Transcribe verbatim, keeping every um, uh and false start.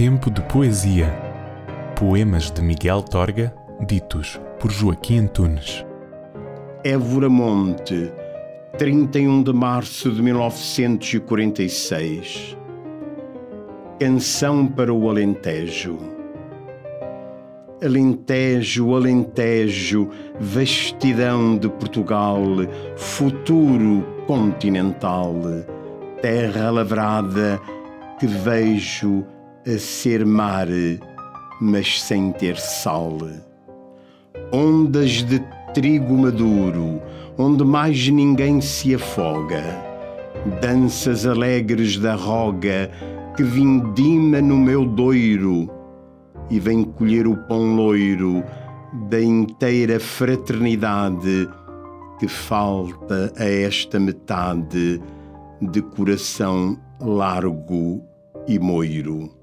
Tempo de poesia. Poemas de Miguel Torga, ditos por Joaquim Antunes. Évora Monte, trinta e um de março de mil novecentos e quarenta e seis. Canção para o Alentejo. Alentejo, Alentejo, vastidão de Portugal, futuro continental, terra lavrada que vejo a ser mar, mas sem ter sal. Ondas de trigo maduro, onde mais ninguém se afoga, danças alegres da roga que vindima no meu doiro e vem colher o pão loiro da inteira fraternidade que falta a esta metade de coração largo e moiro.